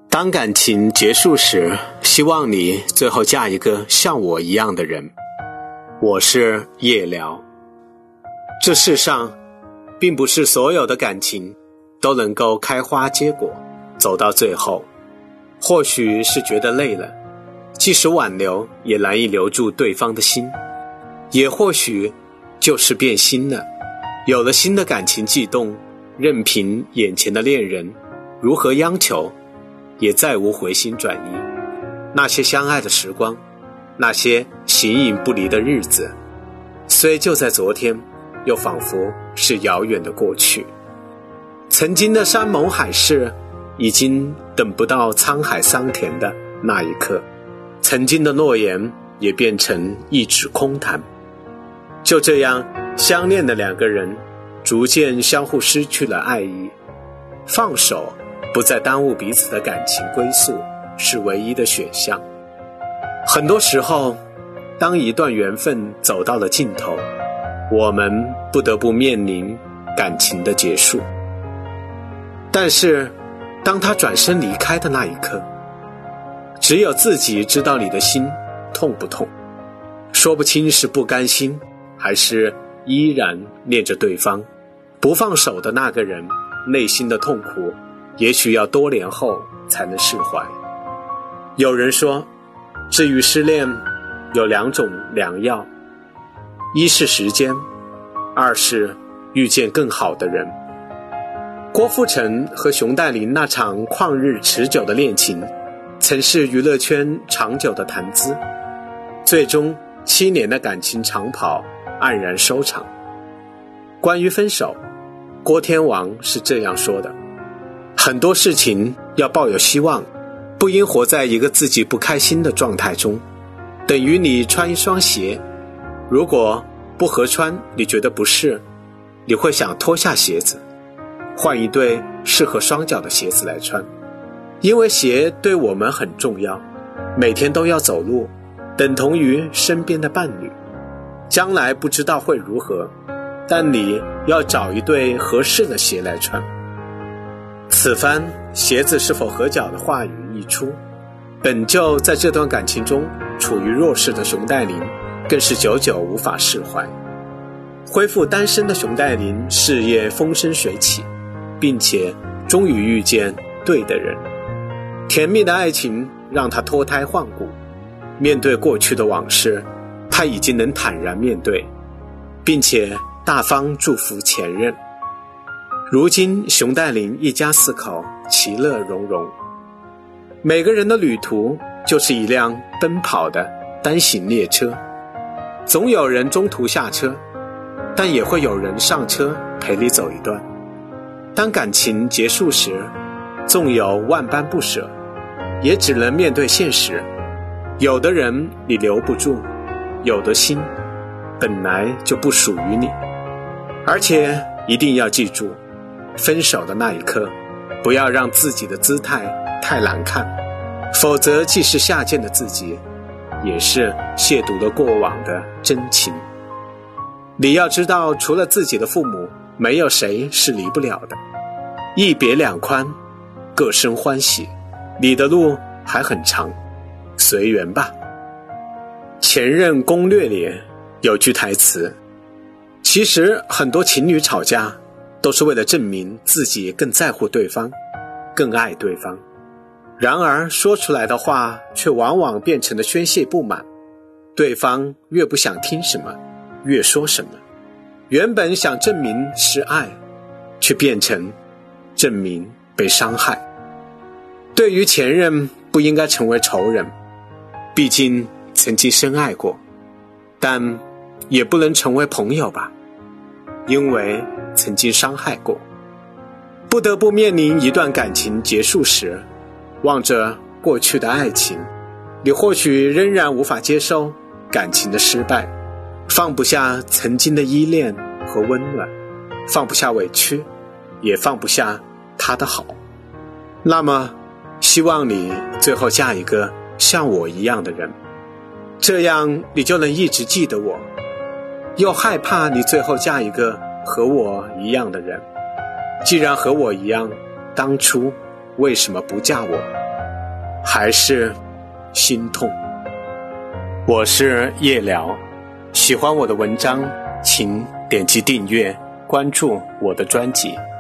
当感情结束时，希望你最后嫁一个像我一样的人。我是夜聊。这世上并不是所有的感情都能够开花结果，走到最后。或许是觉得累了，即使挽留也难以留住对方的心，也或许就是变心了，有了新的感情悸动，任凭眼前的恋人如何央求，也再无回心转意。那些相爱的时光，那些形影不离的日子，虽就在昨天，又仿佛是遥远的过去。曾经的山盟海誓，已经等不到沧海桑田的那一刻，曾经的诺言也变成一纸空谈。就这样，相恋的两个人逐渐相互失去了爱意，放手不再耽误彼此的感情归宿是唯一的选项。很多时候，当一段缘分走到了尽头，我们不得不面临感情的结束。但是当他转身离开的那一刻，只有自己知道你的心痛不痛，说不清是不甘心，还是依然念着对方。不放手的那个人内心的痛苦，也许要多年后才能释怀。有人说，治愈失恋有两种良药，一是时间，二是遇见更好的人。郭富城和熊黛林那场旷日持久的恋情，曾是娱乐圈长久的谈资，最终7年的感情长跑黯然收场。关于分手，郭天王是这样说的：很多事情要抱有希望，不应活在一个自己不开心的状态中。等于你穿一双鞋，如果不合穿，你觉得不适，你会想脱下鞋子，换一对适合双脚的鞋子来穿。因为鞋对我们很重要，每天都要走路，等同于身边的伴侣。将来不知道会如何，但你要找一对合适的鞋来穿。此番鞋子是否合脚的话语一出，本就在这段感情中处于弱势的熊黛林更是久久无法释怀。恢复单身的熊黛林事业风生水起，并且终于遇见对的人。甜蜜的爱情让她脱胎换骨，面对过去的往事，她已经能坦然面对，并且大方祝福前任。如今熊黛林一家4口其乐融融。每个人的旅途就是一辆奔跑的单行列车，总有人中途下车，但也会有人上车陪你走一段。当感情结束时，纵有万般不舍，也只能面对现实。有的人你留不住，有的心本来就不属于你。而且一定要记住，分手的那一刻，不要让自己的姿态太难看，否则既是下贱的自己，也是亵渎了过往的真情。你要知道，除了自己的父母，没有谁是离不了的。一别两宽，各生欢喜，你的路还很长，随缘吧。前任攻略里有句台词，其实很多情侣吵架都是为了证明自己更在乎对方，更爱对方。然而说出来的话却往往变成了宣泄不满，对方越不想听什么越说什么。原本想证明是爱，却变成证明被伤害。对于前任不应该成为仇人，毕竟曾经深爱过，但也不能成为朋友吧，因为曾经伤害过。不得不面临一段感情结束时，望着过去的爱情，你或许仍然无法接受感情的失败，放不下曾经的依恋和温暖，放不下委屈，也放不下他的好。那么希望你最后嫁一个像我一样的人，这样你就能一直记得我。又害怕你最后嫁一个和我一样的人，既然和我一样，当初为什么不嫁我？ 还是心痛。我是夜聊，喜欢我的文章请点击订阅关注我的专辑。